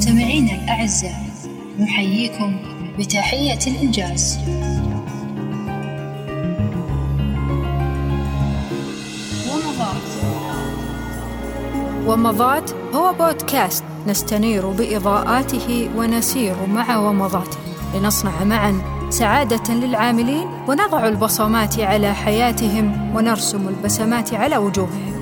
مستمعينا الأعزاء، نحييكم بتحية الإنجاز. ومضات هو بودكاست نستنير بإضاءاته ونسير مع ومضاته لنصنع معا سعادة للعاملين، ونضع البصمات على حياتهم ونرسم البسمات على وجوههم.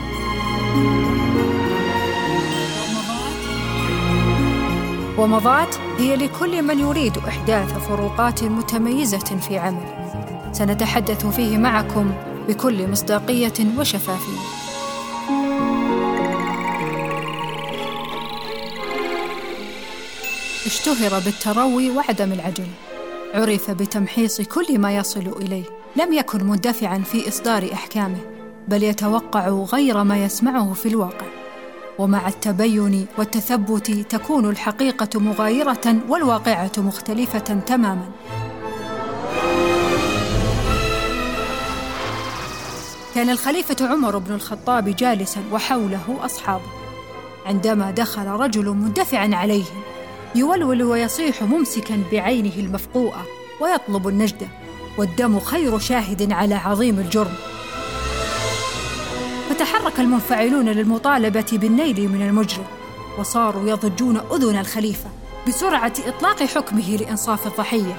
ومضات هي لكل من يريد إحداث فروقات متميزة في عمله. سنتحدث فيه معكم بكل مصداقية وشفافية. اشتهر بالتروي وعدم العجلة، عرف بتمحيص كل ما يصل إليه، لم يكن مندفعاً في إصدار أحكامه، بل يتوقع غير ما يسمعه في الواقع. ومع التبين والتثبت تكون الحقيقة مغايرة والواقعة مختلفة تماماً. كان الخليفة عمر بن الخطاب جالساً وحوله أصحابه، عندما دخل رجل مندفعاً عليهم يولول ويصيح ممسكاً بعينه المفقوءة ويطلب النجدة، والدم خير شاهد على عظيم الجرم. فتحرك المنفعلون للمطالبة بالنيل من المجرم، وصاروا يضجون أذن الخليفة بسرعة إطلاق حكمه لإنصاف الضحية.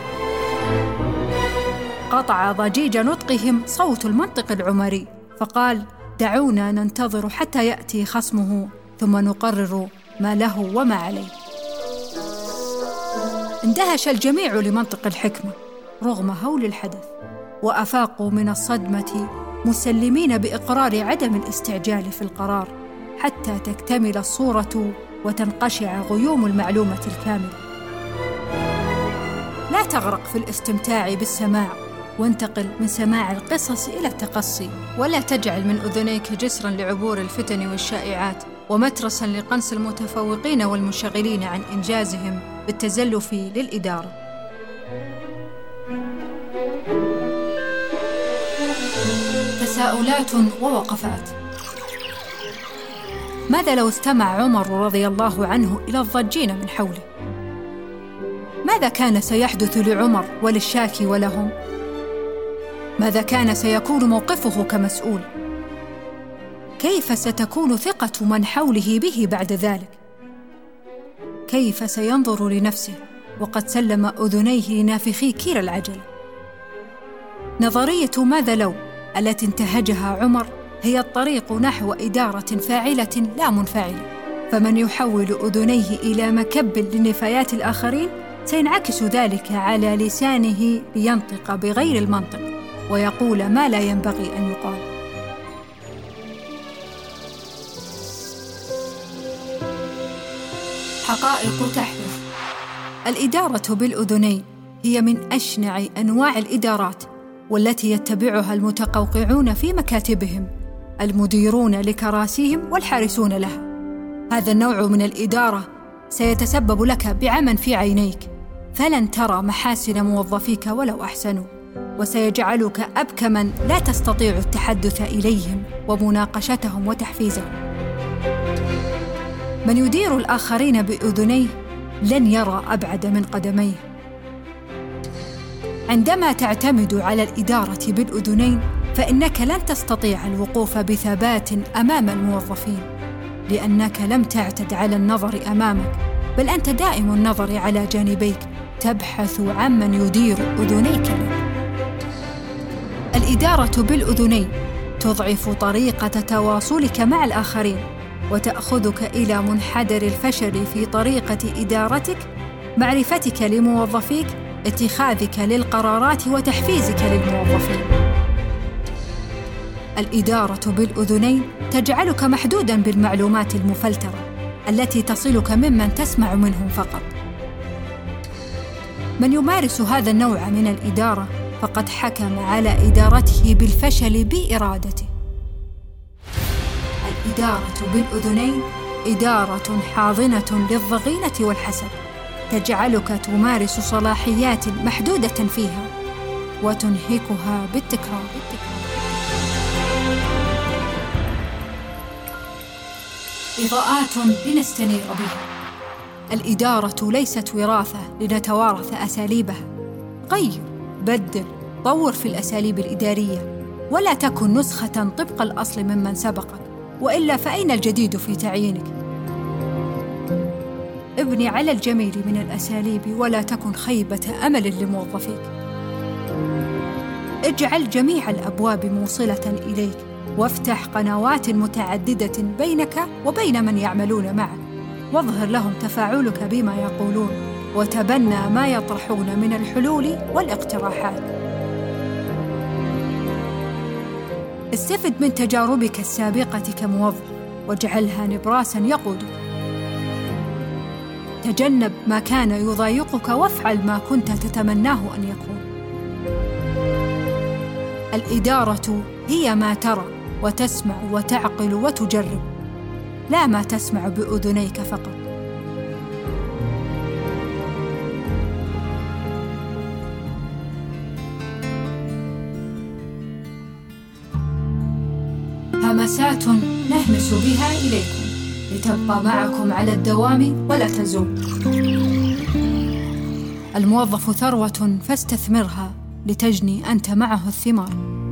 قطع ضجيج نطقهم صوت المنطق العمري، فقال: دعونا ننتظر حتى يأتي خصمه ثم نقرر ما له وما عليه. اندهش الجميع لمنطق الحكمة رغم هول الحدث، وأفاقوا من الصدمة مسلمين بإقرار عدم الاستعجال في القرار حتى تكتمل الصورة وتنقشع غيوم المعلومة الكاملة. لا تغرق في الاستمتاع بالسماع، وانتقل من سماع القصص إلى التقصي، ولا تجعل من أذنيك جسراً لعبور الفتن والشائعات، ومترساً لقنص المتفوقين والمنشغلين عن إنجازهم بالتزلف للإدارة. تساؤلات ووقفات. ماذا لو استمع عمر رضي الله عنه إلى الضجين من حوله؟ ماذا كان سيحدث لعمر وللشاكي ولهم؟ ماذا كان سيكون موقفه كمسؤول؟ كيف ستكون ثقة من حوله به بعد ذلك؟ كيف سينظر لنفسه وقد سلم أذنيه لنافخي كير العجلة؟ نظرية ماذا لو التي انتهجها عمر هي الطريق نحو إدارة فاعلة لا منفعلة. فمن يحول أذنيه إلى مكب لنفايات الآخرين سينعكس ذلك على لسانه لينطق بغير المنطق ويقول ما لا ينبغي أن يقال. حقائق تحدث. الإدارة بالأذنين هي من أشنع أنواع الإدارات، والتي يتبعها المتقوقعون في مكاتبهم، المديرون لكراسيهم والحارسون لها. هذا النوع من الإدارة سيتسبب لك بعمى في عينيك، فلن ترى محاسن موظفيك ولو أحسنوا، وسيجعلك أبكماً لا تستطيع التحدث إليهم ومناقشتهم وتحفيزهم. من يدير الآخرين بأذنيه لن يرى أبعد من قدميه. عندما تعتمد على الإدارة بالأذنين فإنك لن تستطيع الوقوف بثبات أمام الموظفين، لأنك لم تعتد على النظر أمامك، بل أنت دائم النظر على جانبيك، تبحث عمن يدير أذنيك لك. الإدارة بالأذنين تضعف طريقة تواصلك مع الآخرين، وتأخذك إلى منحدر الفشل في طريقة إدارتك، معرفتك لموظفيك، اتخاذك للقرارات وتحفيزك للموظفين. الإدارة بالأذنين تجعلك محدوداً بالمعلومات المفلترة التي تصلك ممن تسمع منهم فقط. من يمارس هذا النوع من الإدارة فقد حكم على إدارته بالفشل بإرادته. الإدارة بالأذنين إدارة حاضنة للضغينة والحسد، تجعلك تمارس صلاحيات محدودة فيها وتنهكها بالتكرار. إضاءات لنستنير بها. الإدارة ليست وراثة لنتوارث أساليبها. غير، بدل، طور في الأساليب الإدارية، ولا تكن نسخة طبق الأصل ممن سبقك، وإلا فأين الجديد في تعيينك؟ ابني على الجميل من الأساليب ولا تكن خيبة أمل لموظفيك. اجعل جميع الأبواب موصلة إليك، وافتح قنوات متعددة بينك وبين من يعملون معك، واظهر لهم تفاعلك بما يقولون، وتبنى ما يطرحون من الحلول والاقتراحات. استفد من تجاربك السابقة كموظف واجعلها نبراساً يقودك. تجنب ما كان يضايقك وافعل ما كنت تتمناه أن يكون. الإدارة هي ما ترى وتسمع وتعقل وتجرب، لا ما تسمع بأذنيك فقط. همسات نهمس بها إليكم لتبقى معكم على الدوام ولا تزول. الموظف ثروة فاستثمرها لتجني أنت معه الثمار.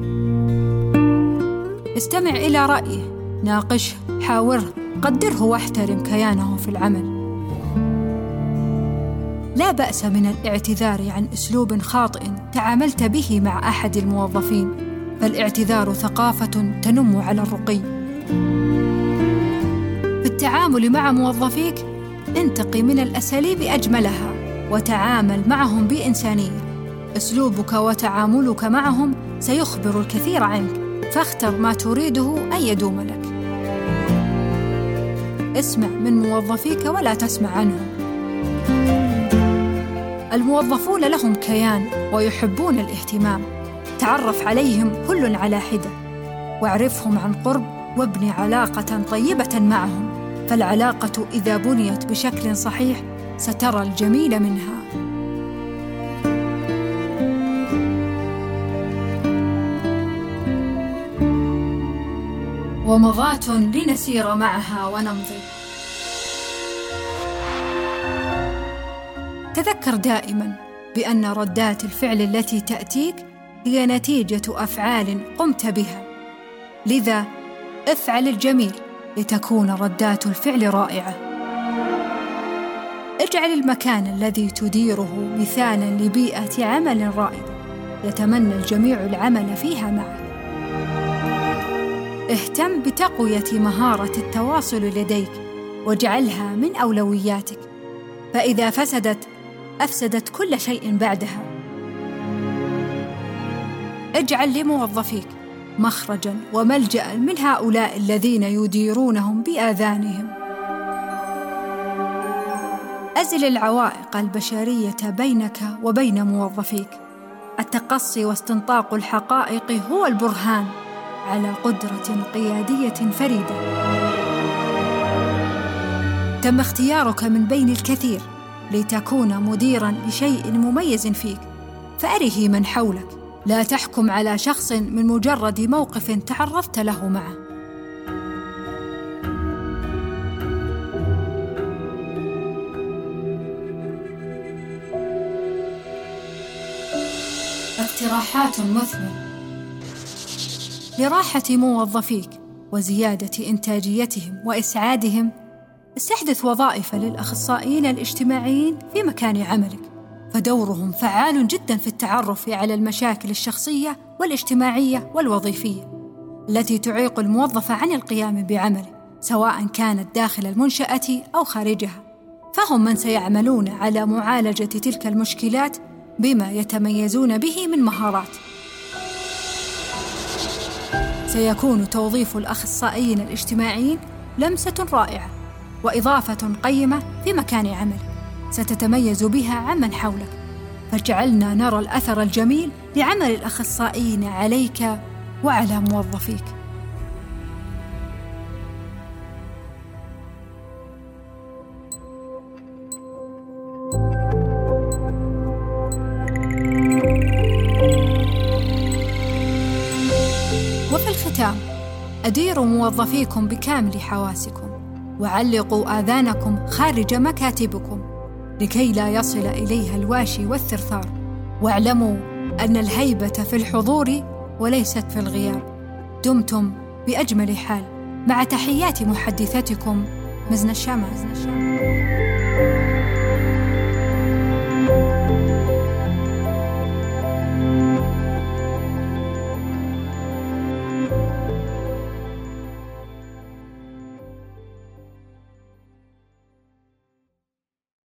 استمع إلى رأيه، ناقشه، حاوره، قدره واحترم كيانه في العمل. لا بأس من الاعتذار عن أسلوب خاطئ تعاملت به مع أحد الموظفين، فالاعتذار ثقافة تنم على الرقي. في التعامل مع موظفيك انتقي من الأساليب أجملها وتعامل معهم بإنسانية. أسلوبك وتعاملك معهم سيخبر الكثير عنك، فاختر ما تريده أن يدوم لك. اسمع من موظفيك ولا تسمع عنهم. الموظفون لهم كيان ويحبون الاهتمام. تعرف عليهم كل على حدة، واعرفهم عن قرب، وابني علاقة طيبة معهم، فالعلاقة إذا بنيت بشكل صحيح سترى الجميل منها. ومضات لنسير معها ونمضي. تذكر دائماً بأن ردات الفعل التي تأتيك هي نتيجة أفعال قمت بها، لذا افعل الجميل لتكون ردات الفعل رائعة. اجعل المكان الذي تديره مثالاً لبيئة عمل رائدة يتمنى الجميع العمل فيها معك. اهتم بتقوية مهارة التواصل لديك واجعلها من أولوياتك، فإذا فسدت أفسدت كل شيء بعدها. اجعل لموظفيك مخرجاً وملجأ من هؤلاء الذين يديرونهم بآذانهم. أزل العوائق البشرية بينك وبين موظفيك. التقصي واستنطاق الحقائق هو البرهان على قدرة قيادية فريدة. تم اختيارك من بين الكثير لتكون مديراً لشيء مميز فيك، فأره من حولك. لا تحكم على شخص من مجرد موقف تعرفت له معه. اقتراحات مثمرة لراحة موظفيك وزيادة إنتاجيتهم وإسعادهم. استحدث وظائف للأخصائيين الاجتماعيين في مكان عملك، فدورهم فعال جدا في التعرف على المشاكل الشخصية والاجتماعية والوظيفية التي تعيق الموظف عن القيام بعمله، سواء كانت داخل المنشأة أو خارجها. فهم من سيعملون على معالجة تلك المشكلات بما يتميزون به من مهارات. سيكون توظيف الأخصائيين الاجتماعيين لمسة رائعة وإضافة قيمة في مكان عملك ستتميز بها عمن حولك، فاجعلنا نرى الأثر الجميل لعمل الأخصائيين عليك وعلى موظفيك. وفي الختام، أديروا موظفيكم بكامل حواسكم، وعلقوا آذانكم خارج مكاتبكم لكي لا يصل إليها الواشي والثرثار، واعلموا أن الهيبة في الحضور وليست في الغياب. دمتم بأجمل حال، مع تحيات محدثتكم مزنة الشامة.